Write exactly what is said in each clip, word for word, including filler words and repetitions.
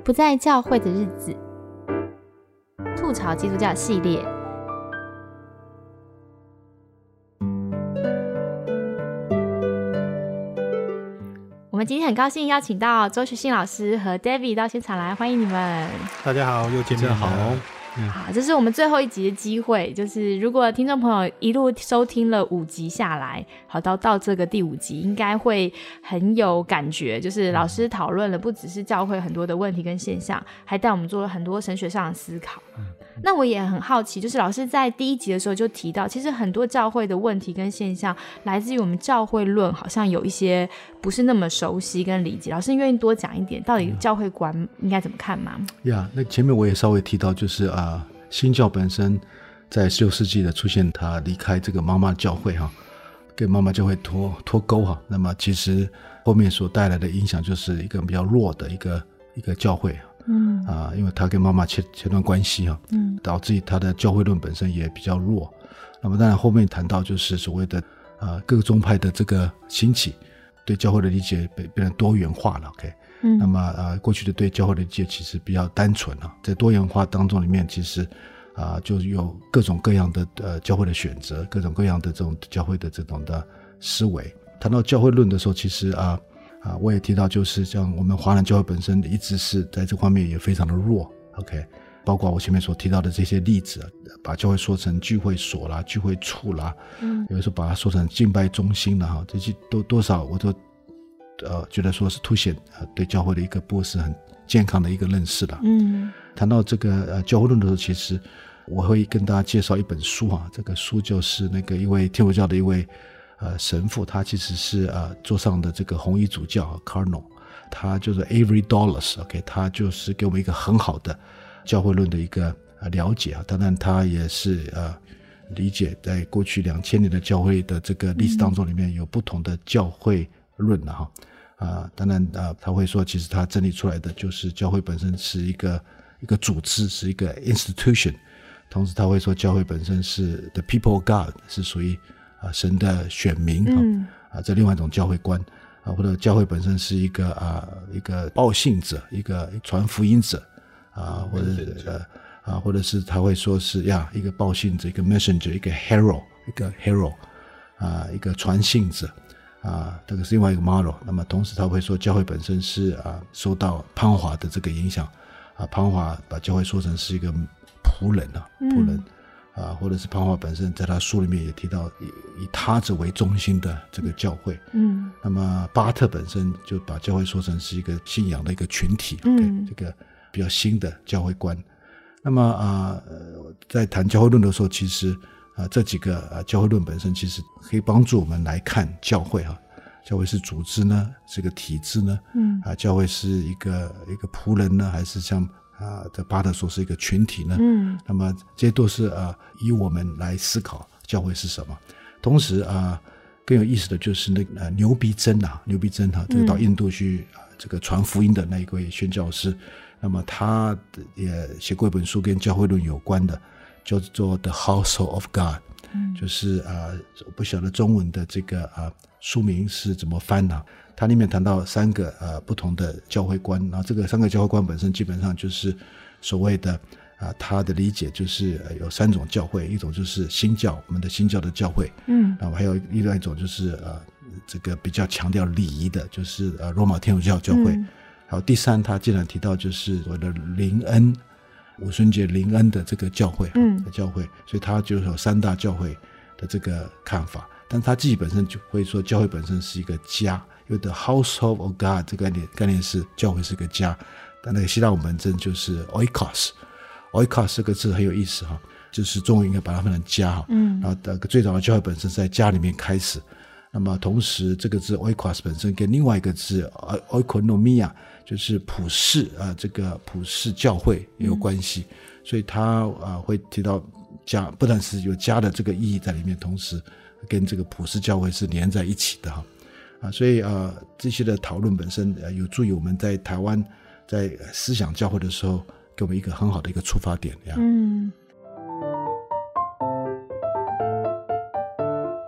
不在教会的日子，吐槽基督教系列。我们今天很高兴邀请到周学信老师和 David 到现场来，欢迎你们。 大家好，又见面好。 好，这是我们最后一集的机会，就是如果听众朋友一路收听了五集下来，好到到这个第五集应该会很有感觉，就是老师讨论了不只是教会很多的问题跟现象，还带我们做了很多神学上的思考。那我也很好奇，就是老师在第一集的时候就提到，其实很多教会的问题跟现象来自于我们教会论好像有一些不是那么熟悉跟理解，老师愿意多讲一点到底教会观应该怎么看吗？ 呀、yeah, 那前面我也稍微提到，就是啊，新教本身在十九世纪的出现，他离开这个妈妈教会哈，跟妈妈教会脱脱钩哈，那么其实后面所带来的影响就是一个比较弱的一个一个教会。嗯啊，因为他跟妈妈切切断关系哈，嗯，导致他的教会论本身也比较弱。那么当然后面谈到就是所谓的啊各个宗派的这个兴起，对教会的理解变变得多元化了 ，OK， 嗯，那么啊过去的对教会的理解其实比较单纯啊，在多元化当中里面其实啊就有各种各样的呃教会的选择，各种各样的这种教会的这种的思维。谈到教会论的时候，其实啊。啊，我也提到，就是像我们华人教会本身一直是在这方面也非常的弱 ，OK， 包括我前面所提到的这些例子，把教会说成聚会所啦、聚会处啦，嗯，有的时候把它说成敬拜中心啦，哈，这些都多少我都呃觉得说是凸显呃对教会的一个不是很健康的一个认识啦。嗯，谈到这个呃教会论的时候，其实我会跟大家介绍一本书啊，这个书就是那个一位天主教的一位。呃，神父他其实是呃座上的这个红衣主教 Cardinal， 他就是 Avery Dulles，OK， 他就是给我们一个很好的教会论的一个、呃、了解啊。当然，他也是呃理解在过去两千年的教会的这个历史当中，里面有不同的教会论了哈。啊、呃，当然啊、呃，他会说，其实他整理出来的就是教会本身是一个一个组织，是一个 institution， 同时他会说教会本身是 the people of God， 是属于。啊，神的选民啊、嗯，啊，这另外一种教会观啊，或者教会本身是一个啊，一个报信者，一个传福音者啊，或者呃啊，或者是他会说是呀，一个报信者，一个 messenger， 一个 hero， 一个 hero 啊，一个传信者啊，这个是另外一个 model。那么同时他会说，教会本身是啊，受到潘华的这个影响啊，潘华把教会说成是一个仆人啊，仆人。嗯啊，或者是潘华本身在他书里面也提到以以他者为中心的这个教会，嗯，那么巴特本身就把教会说成是一个信仰的一个群体，嗯，这个比较新的教会观。那么啊、呃，在谈教会论的时候，其实啊这几个啊教会论本身其实可以帮助我们来看教会哈、啊，教会是组织呢，是个体制呢，嗯，啊教会是一个一个仆人呢，还是像。啊，这巴特说是一个群体呢，嗯，那么这些都是啊，以我们来思考教会是什么。同时啊，更有意思的就是那个、呃、牛鼻真啊，牛鼻真哈、啊，这个到印度去、嗯、这个传福音的那一位宣教师，那么他也写过一本书跟教会论有关的，叫做 The Household of God，、嗯、就是啊，我不晓得中文的这个啊书名是怎么翻啊。它里面谈到三个呃不同的教会观，然后这个三个教会观本身基本上就是所谓的啊、呃，他的理解就是、呃、有三种教会，一种就是新教，我们的新教的教会，嗯，然后还有另外一种就是呃这个比较强调礼仪的，就是呃罗马天主教教会，嗯、还有第三，他既然提到就是所谓的灵恩，五旬节灵恩的这个教会，嗯，教会，所以他就有三大教会的这个看法，但他自己本身就会说，教会本身是一个家。因为 the household of God 这个概念概念是教会是个家，但那个希腊文本身就是 oikos， oikos 这个字很有意思哈，就是中文应该把它分成家哈，嗯，然后那个最早的教会本身是在家里面开始，那么同时这个字 oikos 本身跟另外一个字 oikonomia 就是普世啊，这个普世教会也有关系，嗯、所以他啊会提到家，不但是有家的这个意义在里面，同时跟这个普世教会是连在一起的哈。啊，所以呃，这些的讨论本身呃有助于我们在台湾在思想教会的时候，给我们一个很好的一个出发点呀。嗯。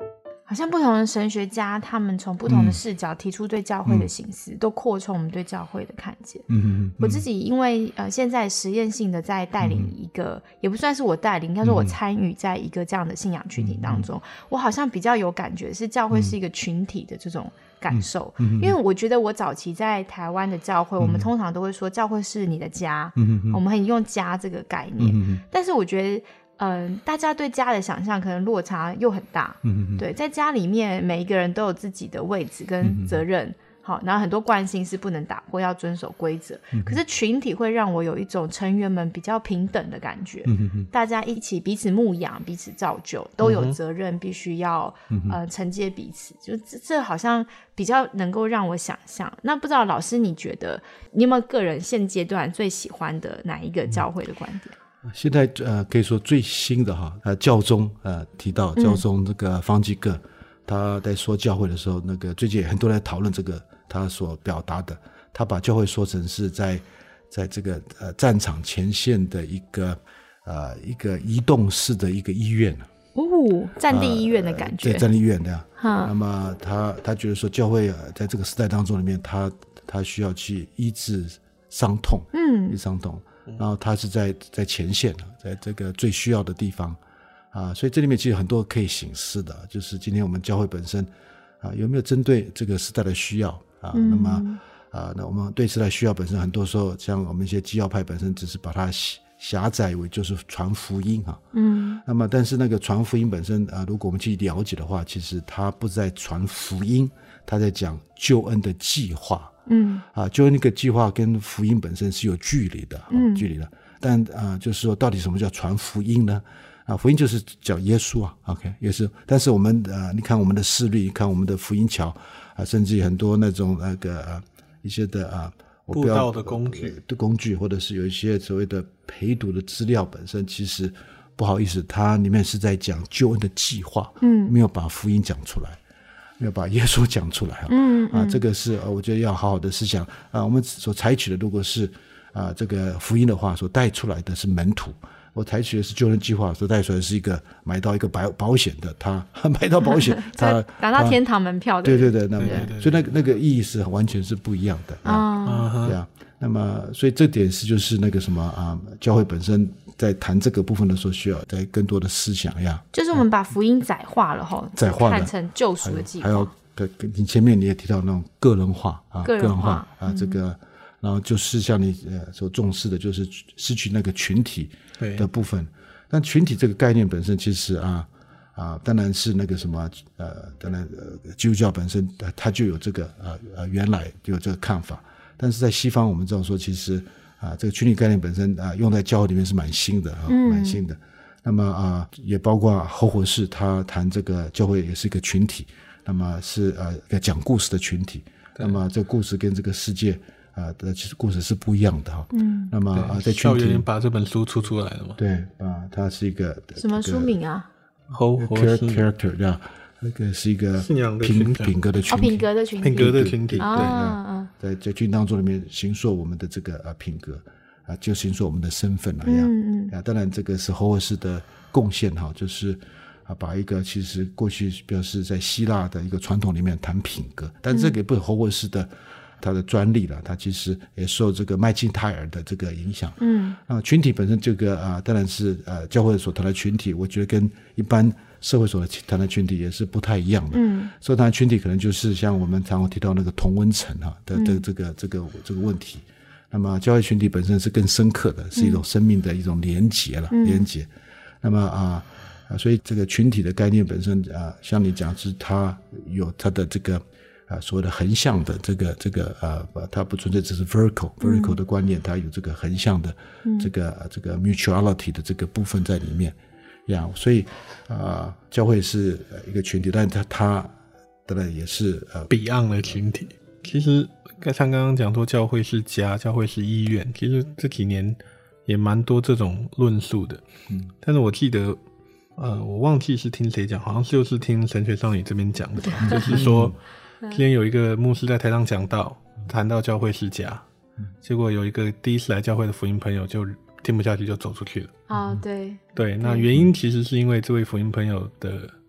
好像不同的神学家他们从不同的视角提出对教会的省思、嗯、都扩充我们对教会的看见。嗯嗯嗯，我自己因为呃现在实验性的在带领一个、嗯、也不算是我带领，应该说我参与在一个这样的信仰群体当中、嗯、我好像比较有感觉是教会是一个群体的这种感受、嗯嗯、因为我觉得我早期在台湾的教会、嗯、我们通常都会说教会是你的家、嗯嗯、我们很用家这个概念、嗯嗯、但是我觉得嗯、呃，大家对家的想象可能落差又很大。嗯，对，在家里面每一个人都有自己的位置跟责任，嗯、好，然后很多惯性是不能打破，要遵守规则。嗯、可是群体会让我有一种成员们比较平等的感觉，嗯、大家一起彼此牧养、彼此造就，都有责任，必须要、嗯、呃承接彼此。就 这, 这好像比较能够让我想象。那不知道老师你觉得你有没有个人现阶段最喜欢的哪一个教会的观点？ 现在呃可以说最新的哈，呃教宗呃提到教宗这个方济各、嗯、他在说教会的时候，那个最近很多人在讨论这个他所表达的，他把教会说成是在在这个呃战场前线的一个呃一个移动式的一个医院哦，战地医院的感觉， 呃、对，战地医院这样。那么他他觉得说教会、呃、在这个时代当中里面，他他需要去医治伤痛，嗯，医治伤痛。然后他是在在前线，在这个最需要的地方啊，所以这里面其实很多可以省思的，就是今天我们教会本身啊有没有针对这个时代的需要啊？嗯、那么啊，那我们对时代需要本身，很多时候像我们一些基要派本身只是把它狭窄为就是传福音啊，嗯，那么但是那个传福音本身啊，如果我们去了解的话，其实它不是在传福音，它在讲救恩的计划。嗯啊，就那个计划跟福音本身是有距离的，嗯，距离的。但啊，就是说，到底什么叫传福音呢？啊，福音就是讲耶稣啊 ，OK， 耶稣。但是我们呃，你看我们的视律，你看我们的福音桥啊，甚至很多那种那个啊一些的啊， 布道的工具、 呃、的工具，或者是有一些所谓的陪读的资料，本身其实不好意思，它里面是在讲救恩的计划，嗯，没有把福音讲出来。没有把耶稣讲出来啊，嗯嗯啊，这个是我觉得要好好的思想啊。我们所采取的如果是啊这个福音的话，所带出来的是门徒；我采取的是救恩计划，所带出来的是一个买到一个保保险的，他买到保险，他拿到天堂门票的， 对对对，那么所以那个那个意义是完全是不一样的啊，对啊。那么所以这点是就是那个什么啊，教会本身在谈这个部分的时候，需要在更多的思想呀， 就是我们把福音载化了哈， 载化了， 看成救赎的计划。 还有，你前面你也提到那种个人化啊， 个人化啊，嗯、这个，然后就是像你呃所重视的，就是失去那个群体的部分。但群体这个概念本身，其实啊啊，当然是那个什么呃，当然呃，基督教本身它就有这个呃呃，原来就有这个看法。但是在西方，我们知道说，其实啊，这个群体概念本身啊，用在教会里面是蛮新的啊，蛮新的。那么啊，也包括侯活士他谈这个教会也是一个群体，那么是呃一个讲故事的群体。那么这个故事跟这个世界啊的其实故事是不一样的哈。嗯。那么啊，在群体把这本书出出来了嘛？ 对啊，它是一个什么书名啊？ 侯活士 character 对吧？那个是一个品品格的群体， 哦，品格的群体， 品格的群体， 对，啊、在在群体当中里面形塑我们的这个啊品格啊，就形塑我们的身份那样。嗯嗯啊，当然这个是侯活士的贡献哈，就是啊把一个其实过去表示在希腊的一个传统里面谈品格，但这个也不是侯活士的他的专利了，他其实也受这个麦金泰尔的这个影响。嗯啊，群体本身这个啊，当然是呃教会所谈的群体，我觉得跟一般社会所谈的群体也是不太一样的。嗯，所以谈的群体可能就是像我们常常提到那个同温层哈的的这个、嗯、这个这个问题。那么教会群体本身是更深刻的，是一种生命的一种连结了，嗯、连结。那么啊啊，所以这个群体的概念本身啊，像你讲是它有它的这个啊所谓的横向的这个这个啊，它不纯粹只是 vertical、嗯、vertical 的观念，它有这个横向的这个、嗯、这个 mutuality 的这个部分在里面。呀，所以啊、呃，教会是一个群体，但它它当然也是呃 Beyond 的群体。其实像刚刚讲说教会是家，教会是医院，其实这几年也蛮多这种论述的。嗯，但是我记得呃，我忘记是听谁讲，好像就是听神学少女这边讲的，就是说今天有一个牧师在台上讲道，谈到教会是家，结果有一个第一次来教会的福音朋友就听不下去就走出去了。 哦，对对，那原因其实是因为这位福音朋友的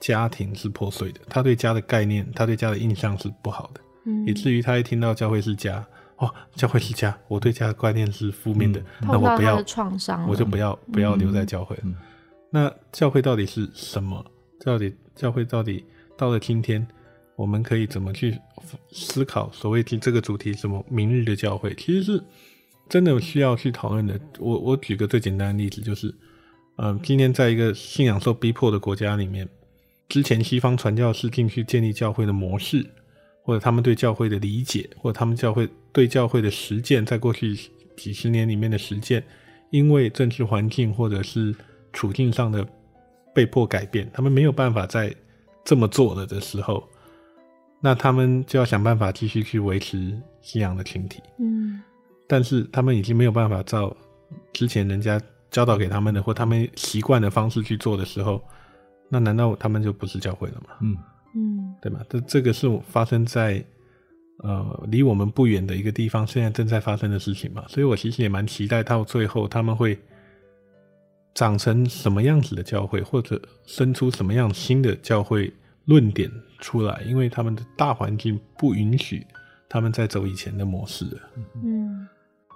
家庭是破碎的，他对家的概念，他对家的印象是不好的，嗯，以至于他一听到教会是家，哦，教会是家，我对家的观念是负面的，嗯，那我不要创伤， 我就不要不要留在教会了，嗯。那教会到底是什么？到底教会到底到了今天，我们可以怎么去思考所谓这个主题什么明日的教会？其实是真的需要去讨论的。我我举个最简单的例子，就是呃，今天在一个信仰受逼迫的国家里面，之前西方传教士进去建立教会的模式，或者他们对教会的理解，或者他们教会对教会的实践，在过去几十年里面的实践，因为政治环境或者是处境上的被迫改变，他们没有办法再这么做了的时候，那他们就要想办法继续去维持信仰的群体，嗯，但是他们已经没有办法照之前人家教导给他们的或他们习惯的方式去做的时候，那难道他们就不是教会了吗？嗯嗯，对吗？这这个是发生在呃离我们不远的一个地方，现在正在发生的事情嘛，所以我其实也蛮期待到最后他们会长成什么样子的教会，或者生出什么样新的教会论点出来，因为他们的大环境不允许他们再走以前的模式了。嗯，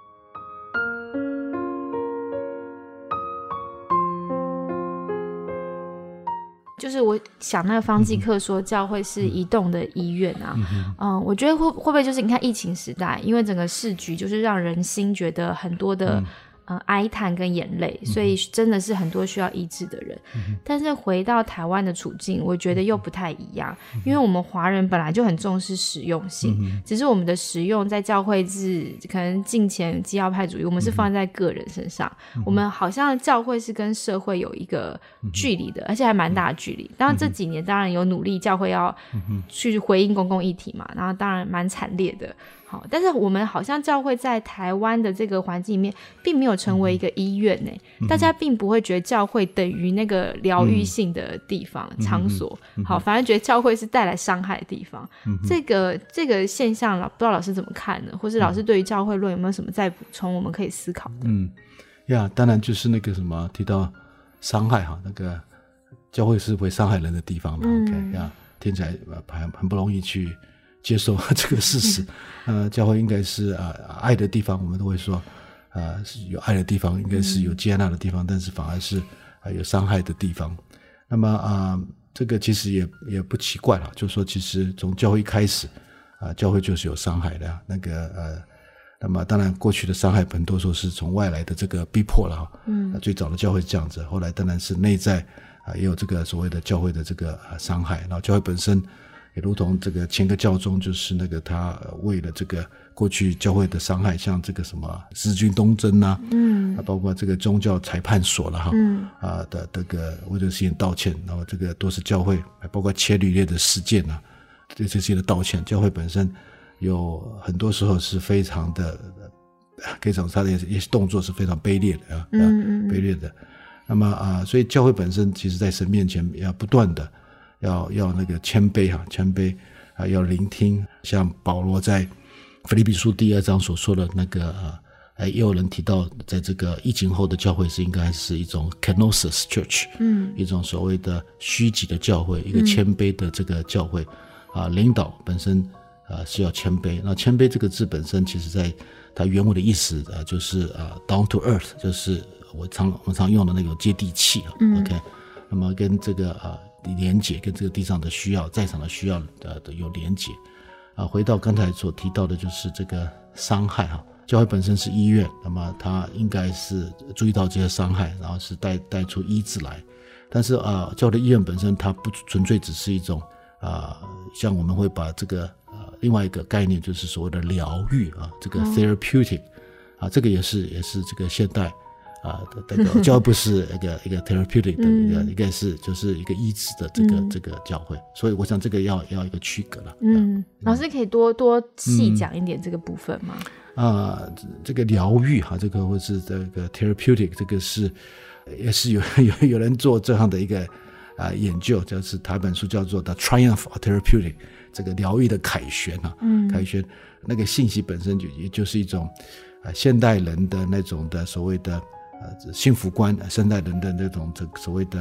就是我想那个方济各说教会是移动的医院啊，嗯, 嗯，我觉得会会不会就是你看疫情时代，因为整个市局就是让人心觉得很多的、嗯呃、哀叹跟眼泪，所以真的是很多需要医治的人、嗯、但是回到台湾的处境我觉得又不太一样、嗯、因为我们华人本来就很重视实用性、嗯、只是我们的实用在教会是可能敬虔基要派主义，我们是放在个人身上、嗯、我们好像教会是跟社会有一个距离的、嗯、而且还蛮大的距离。当然这几年当然有努力教会要去回应公共议题嘛，然后当然蛮惨烈的，好，但是我们好像教会在台湾的这个环境里面并没有成为一个医院耶、嗯、大家并不会觉得教会等于那个疗愈性的地方、嗯、场所、嗯、好，反而觉得教会是带来伤害的地方、嗯、这个这个现象不知道老师怎么看呢？或是老师对于教会论有没有什么再补充我们可以思考的？ 嗯呀，当然就是那个什么提到伤害哈，那个教会是会伤害人的地方嘛、嗯、OK 呀，听起来很很不容易去接受这个事实。呃，教会应该是呃爱的地方，我们都会说，呃是有爱的地方，应该是有接纳的地方，但是反而是呃有伤害的地方。那么啊、呃，这个其实也也不奇怪了，就是说其实从教会一开始啊、呃，教会就是有伤害的那个呃。那么当然过去的伤害很多时候是从外来的这个逼迫了哈，嗯、呃，最早的教会是这样子，后来当然是内在啊、呃、也有这个所谓的教会的这个、呃、伤害，然后教会本身也如同这个前个教宗就是那个他为了这个过去教会的伤害，像这个什么日军东征啊，嗯，啊包括这个宗教裁判所了哈，嗯啊的这个为这个事情道歉，然后这个都是教会，包括切履列的事件啊，对这些的道歉，教会本身有很多时候是非常的，可以讲他的一些动作是非常卑劣的啊，嗯嗯卑劣的。那么啊，所以教会本身其实在神面前要不断的要要那个谦卑哈，谦卑啊，要聆听。像保罗在腓立比书第二章所说的那个啊，也有人提到，在这个疫情后的教会是应该是一种 kenosis church， 嗯，一种所谓的虚己的教会，一个谦卑的这个教会、嗯、啊，领导本身。啊，是要谦卑。那谦卑这个字本身，其实在它原文的意思啊，就是啊 down to earth， 就是我常我们常用的那种接地气啊、嗯。OK， 那么跟这个啊连结，跟这个地上的需要，在场的需要呃有连结啊。回到刚才所提到的，就是这个伤害哈。教会本身是医院，那么它应该是注意到这些伤害，然后是带带出医治来。但是啊，教会的医院本身，它不纯粹只是一种啊，像我们会把这个。另外一个概念就是所谓的疗愈啊，这个 therapeutic、嗯、啊，这个也是也是这个现代啊的这个教会不是一个一个 therapeutic 的一个、嗯、应该是就是一个医治的这个、嗯、这个教会，所以我想这个要要一个区隔了。 嗯，老师可以多多细讲一点这个部分吗？ 啊、嗯呃，这个疗愈哈，这个或是这个 therapeutic， 这个是也是有有有人做这样的一个啊研究，就是他本书叫做 The Triumph of Therapeutic。这个疗愈的凯旋啊，嗯，凯旋那个信息本身就也就是一种呃现代人的那种的所谓的呃幸福观，现代人的那种这所谓的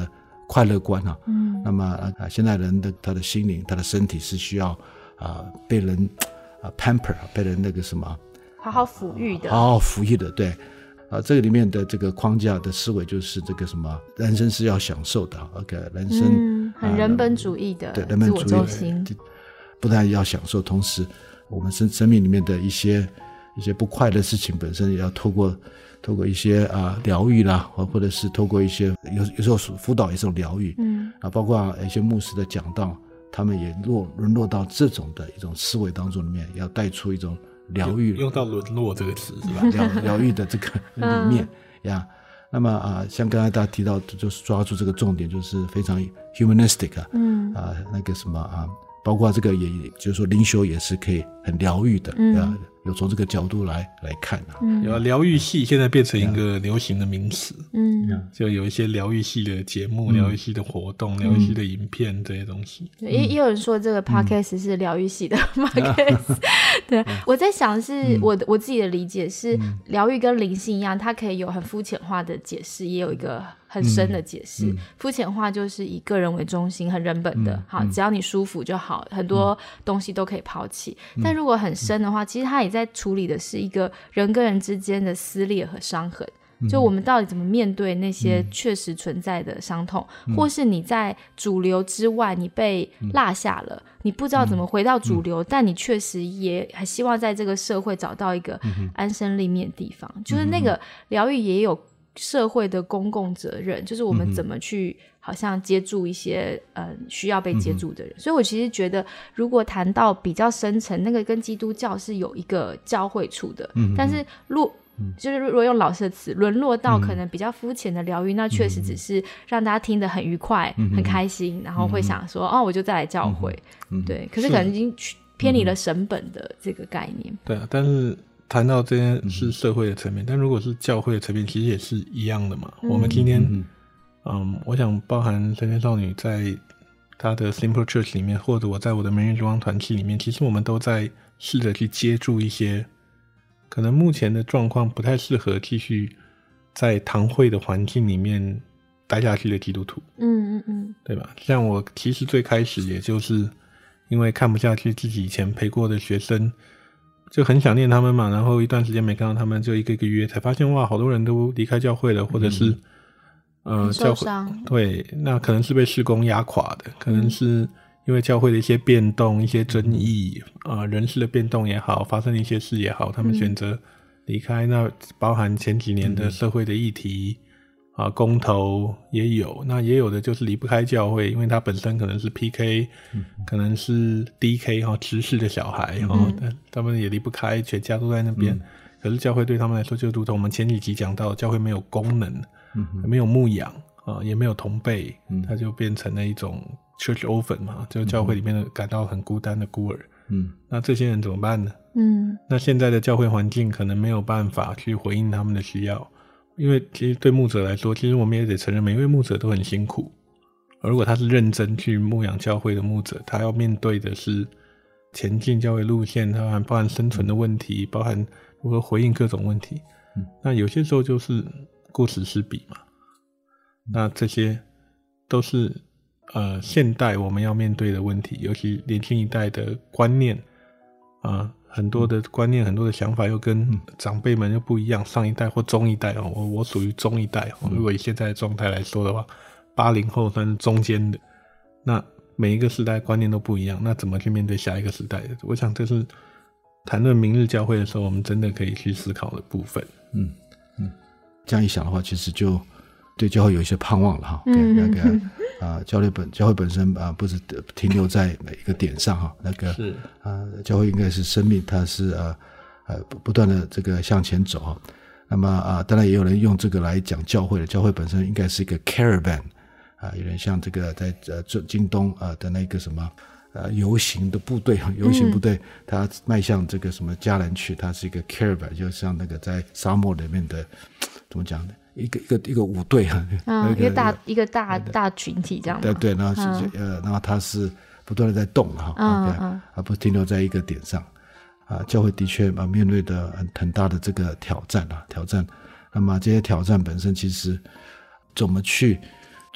快乐观啊。 嗯， 那么啊，现在人的他的心灵、他的身体是需要啊被人啊 pamper， 被人那个什么好好抚育的， 好好抚育的，对。啊，这个里面的这个框架的思维就是这个什么，人生是要享受的 ，OK， 人生、 嗯、很人本主义的， 啊、对，人本主义自我中心， 不但要享受，同时我们生生命里面的一些一些不快的事情本身也要透过透过一些啊疗愈啦，或者是透过一些有有时候辅导也是种疗愈， 嗯啊，包括一些牧师的讲道，他们也落沦落到这种的一种思维当中里面，要带出一种。疗愈用到沦落这个词是吧？ 疗疗愈的这个里面呀，那么啊，像刚才大家提到，就是抓住这个重点，就是非常 humanistic 啊，嗯啊，那个什么啊，包括这个也就是说灵修也是可以很疗愈的，嗯、啊，有从这个角度来来看啊， 嗯、 有疗愈系现在变成一个流行的名词， 嗯， 就有一些疗愈系的节目、疗愈系的活动、疗愈系的影片这些东西。 也也有人说这个 podcast 是疗愈系的 podcast。对，我在想是、嗯、我我自己的理解是，疗愈跟灵性一样，它可以有很肤浅化的解释，也有一个很深的解释。肤浅化就是以个人为中心，很人本的，嗯、好，只要你舒服就好，很多东西都可以抛弃。嗯、但如果很深的话，其实它也在处理的是一个人跟人之间的撕裂和伤痕。就我们到底怎么面对那些确实存在的伤痛、嗯、或是你在主流之外你被落下了、嗯、你不知道怎么回到主流、嗯、但你确实也很希望在这个社会找到一个安身立命的地方、嗯、就是那个疗愈也有社会的公共责任，就是我们怎么去好像接住一些、呃、需要被接住的人、嗯、所以我其实觉得如果谈到比较深层，那个跟基督教是有一个交汇处的、嗯、但是如就是如果用老师的词沦落到可能比较肤浅的疗愈、嗯、那确实只是让大家听得很愉快、嗯、很开心、嗯、然后会想说、嗯、哦我就再来教会、嗯、对，可是可能已经偏离了神本的这个概念、 嗯、对啊，但是谈到这件是社会的层面、嗯、但如果是教会的层面其实也是一样的嘛、嗯、我们今天 嗯, 嗯我想包含神仙少女在她的 Simple Church 里面，或者我在我的明日之光团契里面，其实我们都在试着去接住一些可能目前的状况不太适合继续在堂会的环境里面待下去的基督徒， 嗯嗯嗯， 对吧？像我其实最开始也就是因为看不下去自己以前陪过的学生，就很想念他们嘛，然后一段时间没看到他们，就一个一个约，才发现哇，好多人都离开教会了，或者是、 嗯、呃教会对，那可能是被事工压垮的，可能是因为教会的一些变动、一些争议啊、呃，人事的变动也好，发生的一些事也好，他们选择离开、嗯。那包含前几年的社会的议题啊、呃，公投也有，那也有的就是离不开教会，因为他本身可能是 P K，、嗯、可能是 D K 哈、哦，执事的小孩哈、哦嗯，他们也离不开，全家都在那边、嗯。可是教会对他们来说，就如同我们前几集讲到，教会没有功能，嗯、没有牧养啊、呃，也没有同辈，嗯、它就变成了一种。Church orphan 嘛，就教会里面的感到很孤单的孤儿，嗯，那这些人怎么办呢？嗯，那现在的教会环境可能没有办法去回应他们的需要，因为其实对牧者来说，其实我们也得承认每一位牧者都很辛苦，而如果他是认真去牧养教会的牧者，他要面对的是前进教会路线，它还包含生存的问题，包含如何回应各种问题，嗯，那有些时候就是顾此失彼嘛，那这些都是呃，现代我们要面对的问题，尤其年轻一代的观念啊、呃，很多的观念、很多的想法又跟长辈们又不一样。上一代或中一代哦，我我属于中一代哦。如果以现在的状态来说的话，八零后算是中间的。那每一个时代观念都不一样，那怎么去面对下一个时代的？我想这是谈论明日教会的时候，我们真的可以去思考的部分。 嗯嗯，这样一想的话，其实就对教会有一些盼望了哈。嗯，那个啊、呃，教会本教会本身啊、呃，不是停留在一个点上哈。那个是啊、呃，教会应该是生命，它是呃呃不不断的这个向前走哈。那么啊、呃，当然也有人用这个来讲教会的，教会本身应该是一个 caravan 啊、呃，有点像这个在呃京东啊、呃、的那个什么呃游行的部队，游行部队、嗯、它迈向这个什么迦南去，它是一个 caravan， 就像那个在沙漠里面的怎么讲呢？一个一个一个舞队哈， 嗯，一个大一个大大群体这样。 对对，然后是、嗯、呃，然后它是不断的在动哈， 嗯嗯， 而不是停留在一个点上。啊，教会的确啊面对的很很大的这个挑战啊挑战。那么这些挑战本身其实怎么去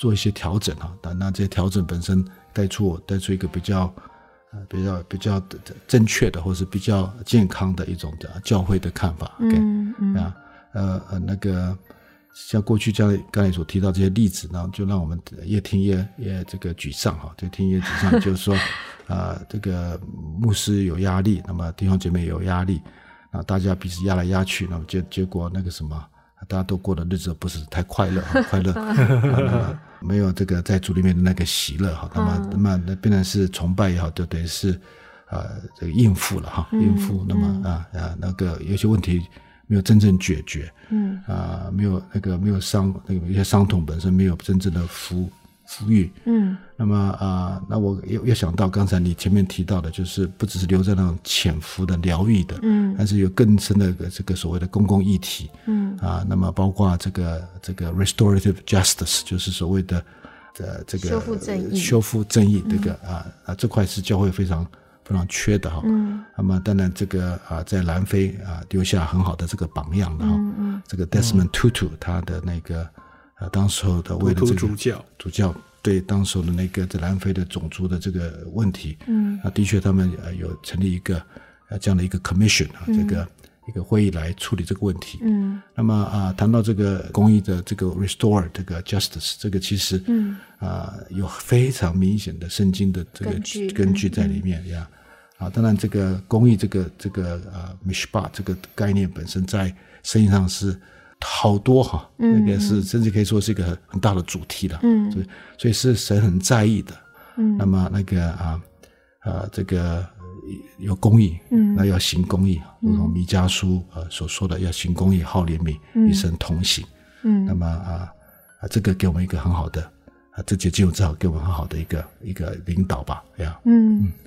做一些调整哈，那那这些调整本身带出带出一个比较呃比较比较正确的或是比较健康的一种的教会的看法。 嗯嗯啊呃呃那个像过去刚才刚才所提到这些例子，然后就让我们越听越越这个沮丧哈，就听越沮丧，就是说啊、呃、这个牧师有压力，那么弟兄姐妹有压力，啊大家彼此压来压去，那么结结果那个什么。大家都过的日子不是太快乐，快乐，啊、没有这个在主里面的那个喜乐哈，那么那么那变成是崇拜也好，就等于是啊、呃、这个应付了哈，应付，那么啊啊那个有些问题没有真正解决，嗯啊没有那个没有伤那个有些伤痛本身没有真正的抚抚育，嗯，那么啊那我又又想到刚才你前面提到的，就是不只是留在那种潜伏的疗愈的，嗯，但是有更深的这个所谓的公共议题，嗯啊，那么包括这个这个 restorative justice， 就是所谓的呃这个修复正义， 修复正义这个、嗯、啊啊这块是教会非常非常缺的哈，嗯，那么当然这个啊在南非啊留下很好的这个榜样的哈，嗯嗯，这个 Desmond Tutu、嗯、他的那个。啊，当时候的为了这个主教， 主教对当时候的那个在南非的种族的这个问题，嗯，啊，的确他们呃有成立一个呃这样的一个 commission 啊，嗯、这个一个会议来处理这个问题，嗯，那么啊，谈到这个公益的这个 restore 这个 justice， 这个其实，嗯，啊有非常明显的圣经的这个根据, 根据在里面呀，嗯、啊，当然这个公益这个这个啊 mishpat 这个概念本身在圣经上是。好多哈，那个是甚至可以说是一个很大的主题了，嗯，所以所以是神很在意的，嗯，那么那个啊啊这个有公义，嗯，那要行公义，如同弥迦书啊所说的要行公义，好怜悯，与神同行，嗯，那么啊啊这个给我们一个很好的啊这节经文正好给我们很好的一个一个领导吧，呀，嗯嗯。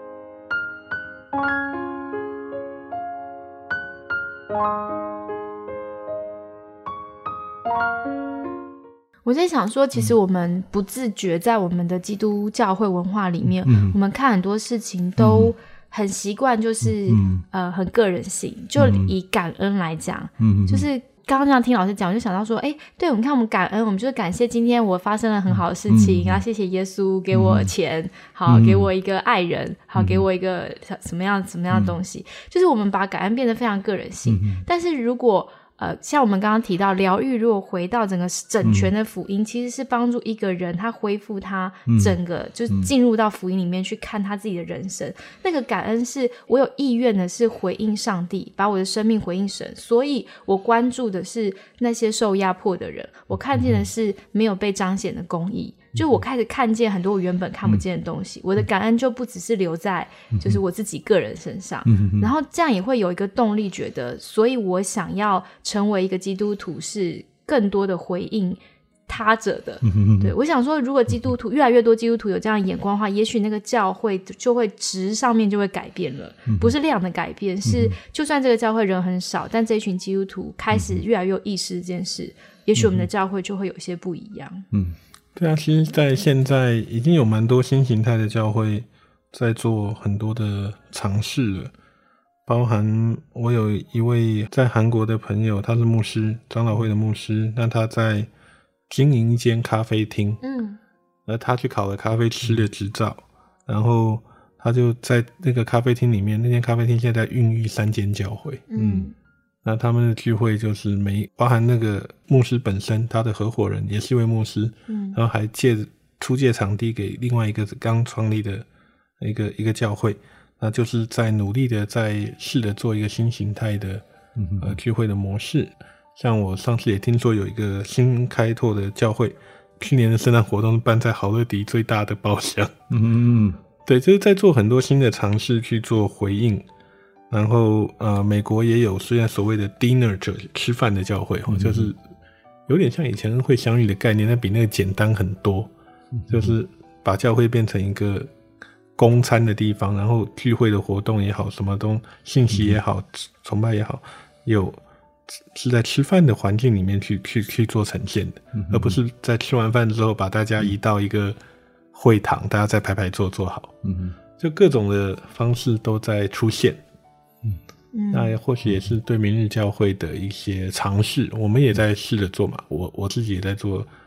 我在想说，其实我们不自觉在我们的基督教会文化里面，嗯、我们看很多事情都很习惯，就是、嗯、呃很个人性。就以感恩来讲，嗯、就是刚刚这样听老师讲，我就想到说，哎，对，我们看我们感恩，我们就是感谢今天我发生了很好的事情，嗯、然后谢谢耶稣给我钱，嗯、好给我一个爱人，好给我一个什么样什么样的东西，嗯、就是我们把感恩变得非常个人性。嗯、但是如果呃，像我们刚刚提到疗愈，如果回到整个整全的福音，嗯、其实是帮助一个人他恢复他整个，嗯、就是进入到福音里面去看他自己的人生。嗯、那个感恩是我有意愿的是回应上帝，把我的生命回应神，所以我关注的是那些受压迫的人，我看见的是没有被彰显的公义。就我开始看见很多我原本看不见的东西，嗯、我的感恩就不只是留在就是我自己个人身上，嗯、然后这样也会有一个动力，觉得所以我想要成为一个基督徒是更多的回应他者的，嗯、对，我想说如果基督徒越来越多基督徒有这样的眼光的话，也许那个教会就会质上面就会改变了，嗯、不是量的改变，是就算这个教会人很少，但这一群基督徒开始越来越有意识这件事，也许我们的教会就会有一些不一样。 嗯，对啊，其实在现在已经有蛮多新形态的教会在做很多的尝试了，包含我有一位在韩国的朋友，他是牧师，长老会的牧师，那他在经营一间咖啡厅，嗯，而他去考了咖啡师的执照，然后他就在那个咖啡厅里面，那间咖啡厅现在在孕育三间教会，嗯，那他们的聚会就是每包含那个牧师本身，他的合伙人也是一位牧师，嗯，然后还借出借场地给另外一个刚创立的一个一个教会，那就是在努力的在试着做一个新形态的呃聚会的模式。像我上次也听说有一个新开拓的教会，去年的圣诞活动办在好乐迪最大的包厢，嗯，对，就是在做很多新的尝试去做回应。然后呃，美国也有虽然所谓的 dinner 就是吃饭的教会，嗯、就是有点像以前会相遇的概念，但比那个简单很多，嗯、就是把教会变成一个供餐的地方，然后聚会的活动也好，什么东信息也好，嗯、崇拜也好，有是在吃饭的环境里面去去去做呈现的，嗯、而不是在吃完饭之后把大家移到一个会堂，大家再排排坐坐好，嗯、就各种的方式都在出现。嗯，那或许也是对明日教会的一些尝试，我们也在试着做嘛。我我自己也在做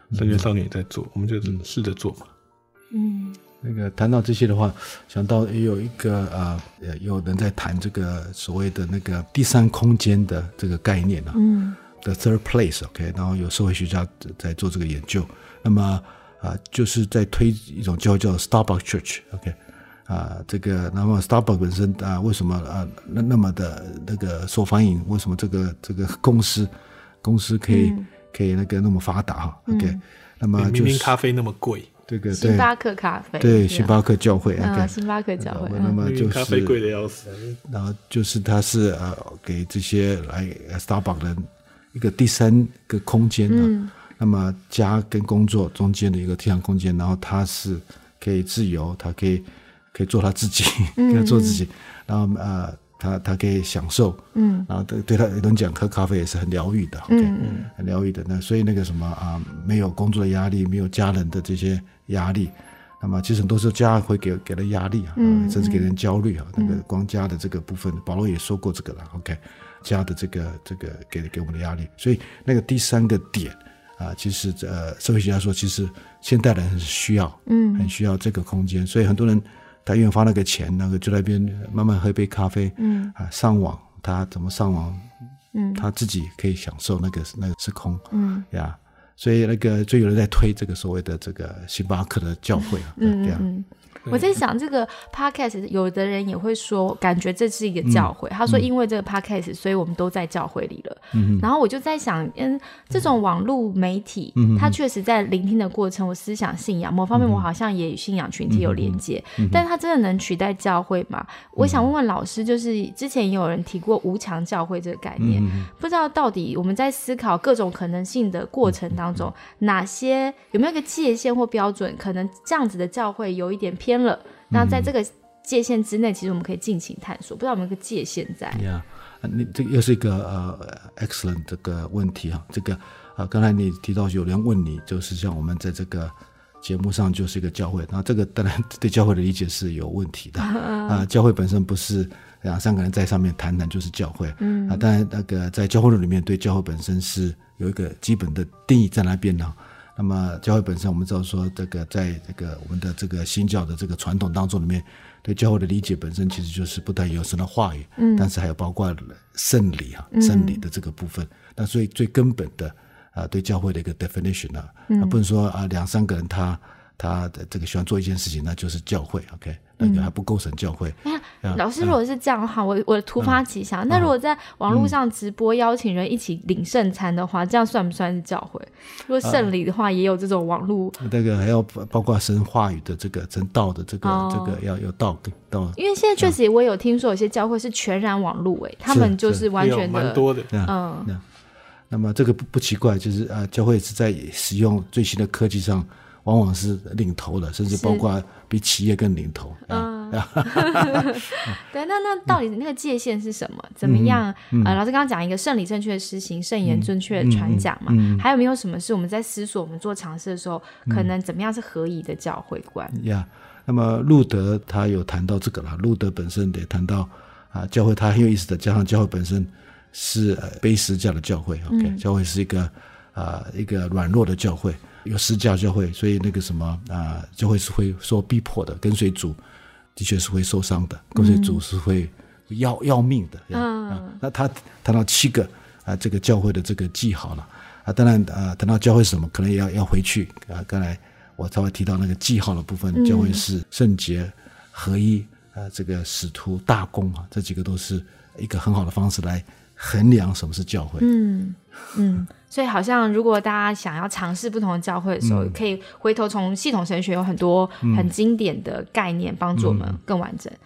神学少年也在做，我们就试着做嘛。 嗯， 那个谈到这些的话，想到也有一个啊、呃，有人在谈这个所谓的那个第三空间的这个概念啊，嗯 ，the third place，OK，、okay? 然后有社会学家在做这个研究，那么啊、呃，就是在推一种教会叫 Starbucks Church，OK，、okay? 啊、呃，这个那么 Starbucks 本身啊、呃，为什么啊那、呃、那么的那个受欢迎？为什么这个这个公司公司可以、嗯、可以那个那么发达哈 ？OK，、嗯、那么、就是、 明明咖啡那么贵。 这个星巴克咖啡， 对，星巴克教会， 嗯，星巴克教会， 那么就是咖啡贵的要死， 然后就是它是呃给这些来 Starbucks 的一个第三个空间的、啊嗯，那么家跟工作中间的一个地上空间，然后它是可以自由，它可以可以做他自己，可以做自己，然后呃。他他可以享受，嗯，然后对对他有人讲喝咖啡也是很疗愈的 ，OK，、嗯、很疗愈的。那所以那个什么啊，没有工作的压力，没有家人的这些压力，那么其实很多时候家会给给人压力啊，嗯、甚至给人焦虑啊、嗯。那个光家的这个部分，保罗也说过这个了 ，OK， 家的这个这个给给我们的压力。所以那个第三个点啊，其实呃，社会学家说，其实现代人很需要，嗯，很需要这个空间，所以很多人。他愿意花那个钱，那个就在那边慢慢喝一杯咖啡，嗯啊，上网，他怎么上网，嗯，他自己可以享受那个那个时空，嗯呀，所以那个就有人在推这个所谓的这个星巴克的教会啊，嗯对啊。嗯我在想这个 podcast 有的人也会说感觉这是一个教会、嗯、他说因为这个 podcast、嗯、所以我们都在教会里了、嗯、然后我就在想嗯，这种网络媒体、嗯、它确实在聆听的过程我思想信仰某方面我好像也与信仰群体有连接、嗯、但它真的能取代教会吗、嗯、我想问问老师，就是之前也有人提过无墙教会这个概念、嗯、不知道到底我们在思考各种可能性的过程当中、嗯、哪些有没有一个界限或标准可能这样子的教会有一点偏了，那在这个界限之内、嗯、其实我们可以尽情探索，不知道有没有一个界限在。 yeah, 你这个又是一个呃 excellent 这个问题哈，这个呃刚才你提到有人问你，就是像我们在这个节目上就是一个教会，那这个当然对教会的理解是有问题的啊、呃，教会本身不是两三个人在上面谈谈就是教会，嗯啊，当然那个在教会论里面对教会本身是有一个基本的定义在那边呢。那么教会本身我们知道说这个在这个我们的这个新教的这个传统当中里面，对教会的理解本身其实就是不但有神的话语、嗯、但是还有包括圣礼啊圣礼的这个部分、嗯、那所以最根本的啊对教会的一个 definition 啊，嗯、啊不能说啊两三个人他他的这个喜欢做一件事情那就是教会 OK， 那个还不构成教会、 嗯啊、老师如果是这样的话、嗯、我我突发奇想、嗯、那如果在网络上直播邀请人一起领圣餐的话、嗯、这样算不算是教会？如果圣礼的话、啊、也有这种网络那个还要包括神话语的这个神道的这个、哦、这个要有道道， 因为现在确实我有听说有些教会是全然网络诶，他们就是完全的蛮多的嗯、啊、那么这个 不, 不奇怪，就是啊教会是在使用最新的科技上往往是领头的，甚至包括比企业更领头。嗯， 对，那那到底那个界限是什么？嗯、怎么样？嗯、呃，老师刚刚讲一个圣礼正确的施行，圣言正确的传讲嘛、嗯嗯嗯，还有没有什么是我们在思索、我们做尝试的时候，可能怎么样是合宜的教会观？ 呀、嗯，那么路德他有谈到这个啦，路德本身也谈到啊，教会他很有意思的，加上教会本身是呃背十字架的教会 ，OK，、嗯、教会是一个啊、呃、一个软弱的教会。有十字架教会，所以那个什么啊、呃，教会是会受逼迫的，跟随主的确是会受伤的，跟随主是会要、嗯、要命的。嗯、啊，那他谈到七个啊，这个教会的这个记号了啊，当然啊，谈到教会什么，可能也要要回去啊。刚才我稍微提到那个记号的部分，嗯、教会是圣洁、合一啊，这个使徒、大公啊，这几个都是一个很好的方式来衡量什么是教会。 嗯嗯。所以好像如果大家想要尝试不同的教会的时候、嗯、可以回头从系统神学有很多很经典的概念帮助我们更完整、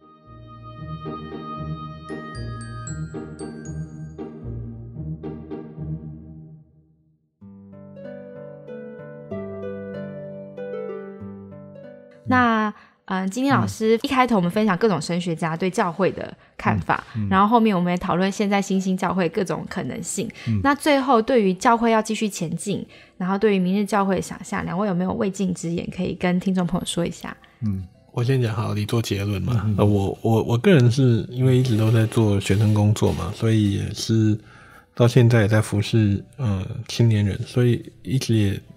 嗯、那嗯，今天老师一开头我们分享各种神学家对教会的看法、嗯嗯、然后后面我们也讨论现在新兴教会各种可能性、嗯、那最后对于教会要继续前进，然后对于明日教会的想象，两位有没有未尽之言可以跟听众朋友说一下？ 嗯，我先讲好，你做结论嘛、嗯呃、我我我个人是因为一直都在做学生工作嘛，所以也是到现在也在服侍呃青年人，所以一直也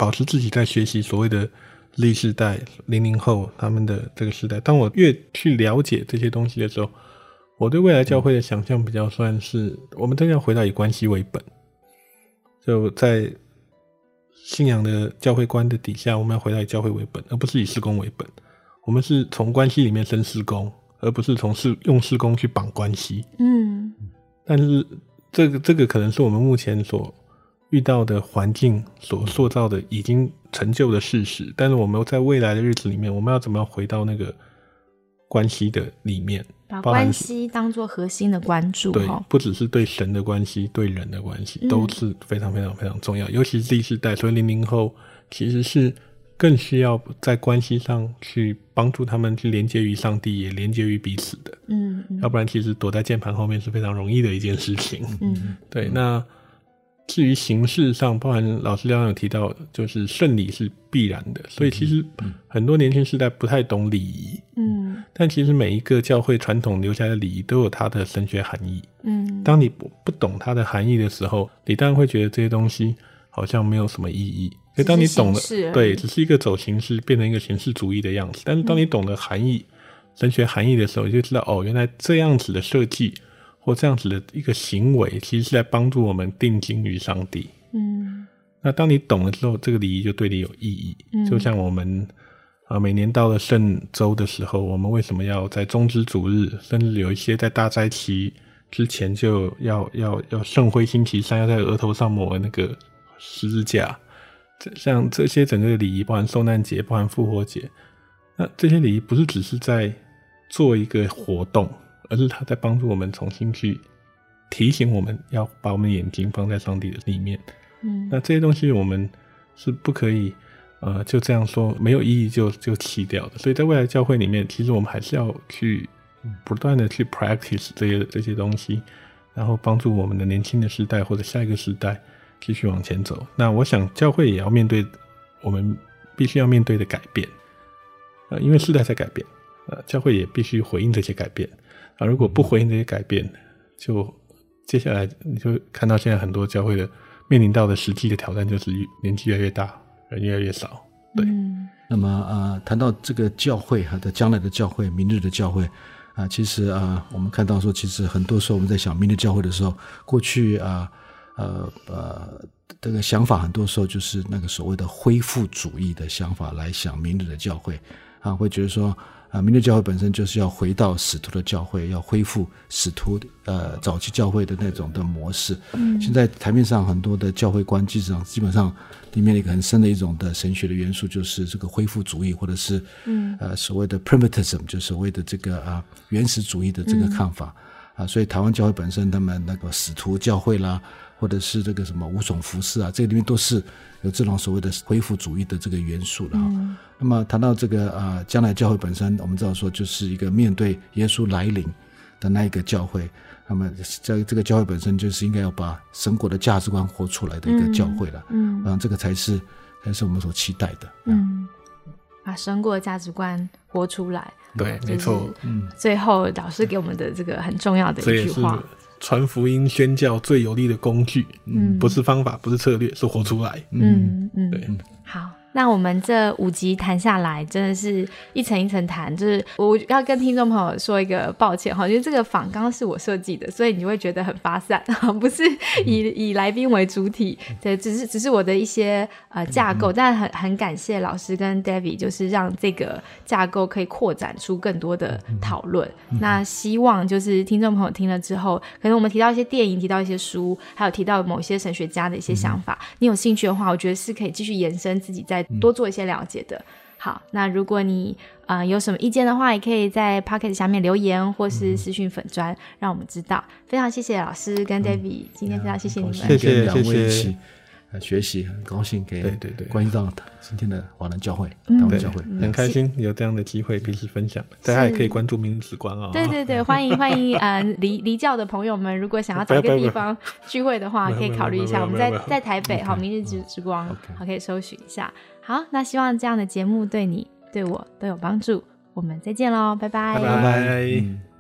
保持自己在学习所谓的Z世代零零后他们的这个时代。当我越去了解这些东西的时候，我对未来教会的想象比较算是我们真的要回到以关系为本，就在信仰的教会观的底下，我们要回到以教会为本，而不是以事工为本。我们是从关系里面生事工，而不是从事用事工去绑关系。嗯，但是这个这个可能是我们目前所遇到的环境所塑造的已经成就的事实，但是我们在未来的日子里面，我们要怎么样回到那个关系的里面， 把关系当作核心的关注。 对，不只是对神的关系，对人的关系、嗯、都是非常非常非常重要。尤其是 Z 世代，所以零零后其实是更需要在关系上去帮助他们去连接于上帝，也连接于彼此的。嗯，嗯要不然其实躲在键盘后面是非常容易的一件事情。嗯，对。那至于形式上，包含老师刚刚有提到，就是圣礼是必然的，所以其实很多年轻世代不太懂礼仪。嗯，但其实每一个教会传统留下来的礼仪都有它的神学含义。嗯，当你不懂它的含义的时候，你当然会觉得这些东西好像没有什么意义。所以当你懂了，对，只是一个走形式，变成一个形式主义的样子。但是当你懂了含义、嗯、神学含义的时候，你就知道哦，原来这样子的设计或这样子的一个行为，其实是在帮助我们定睛于上帝。嗯，那当你懂了之后，这个礼仪就对你有意义。嗯，就像我们啊，每年到了圣周的时候，我们为什么要在棕枝主日，甚至有一些在大斋期之前就要要要圣灰星期三要在额头上抹那个十字架？像这些整个的礼仪，包含受难节，包含复活节，那这些礼仪不是只是在做一个活动，而是它在帮助我们重新去提醒我们要把我们的眼睛放在上帝的里面。嗯，那这些东西我们是不可以呃就这样说没有意义就就弃掉的。所以在未来教会里面，其实我们还是要去不断的去 practice 这些这些东西，然后帮助我们的年轻的世代或者下一个世代继续往前走。那我想教会也要面对我们必须要面对的改变，呃，因为世代在改变，呃，教会也必须回应这些改变。啊，如果不回应这些改变，就接下来你就看到现在很多教会的面临到的实际的挑战，就是年纪越来越大，人越来越少。对， 嗯、那么呃，谈到这个教会哈的将来的教会，明日的教会。啊，其实啊，我们看到说，其实很多时候我们在想明日教会的时候，过去啊，呃呃，这个想法很多时候就是那个所谓的恢复主义的想法来想明日的教会啊，会觉得说啊，明日教会本身就是要回到使徒的教会，要恢复使徒呃早期教会的那种的模式。嗯，现在台面上很多的教会观，基本上基本上里面一个很深的一种的神学的元素，就是这个恢复主义，或者是嗯呃所谓的 primitism， 就所谓的这个啊原始主义的这个看法、嗯、啊，所以台湾教会本身他们那个使徒教会啦，或者是这个什么五种服事啊，这个里面都是有这种所谓的恢复主义的这个元素了、嗯、那么谈到这个啊将来教会本身，我们知道说就是一个面对耶稣来临的那一个教会，那么在这个教会本身就是应该要把神国的价值观活出来的一个教会了。嗯，嗯，这个才是才是我们所期待的。嗯， 把神国的价值观活出来。 对，没错。 嗯，最后老师给我们的这个很重要的一句话， 传福音宣教最有力的工具。嗯，不是方法，不是策略，是活出来。 嗯嗯，对。好。那我们这五集谈下来，真的是一层一层谈，就是我要跟听众朋友说一个抱歉哈，因为这个访纲是我设计的，所以你会觉得很发散，不是以以来宾为主体，对，只是只是我的一些呃架构，但很很感谢老师跟 David， 就是让这个架构可以扩展出更多的讨论。那希望就是听众朋友听了之后，可能我们提到一些电影，提到一些书，还有提到某些神学家的一些想法，你有兴趣的话，我觉得是可以继续延伸自己在多做一些了解的。好，那如果你呃有什么意见的话，也可以在 Podcast 下面留言或是私讯粉专、嗯、让我们知道。非常谢谢老师跟 David、嗯、今天非常谢谢你们， 谢谢两位一起学习，很高兴可以对对对关于到今天的华人教会、嗯、台湾教会、 嗯、很开心有这样的机会彼此分享，大家也可以关注明日之光哦。 对对对，欢迎欢迎呃离离教的朋友们，如果想要找一个地方聚会的话，可以考虑一下。我们在在台北，好，明日之之光， okay. 好，可以搜寻一下。好，那希望这样的节目对你对我都有帮助。我们再见咯，拜拜拜拜。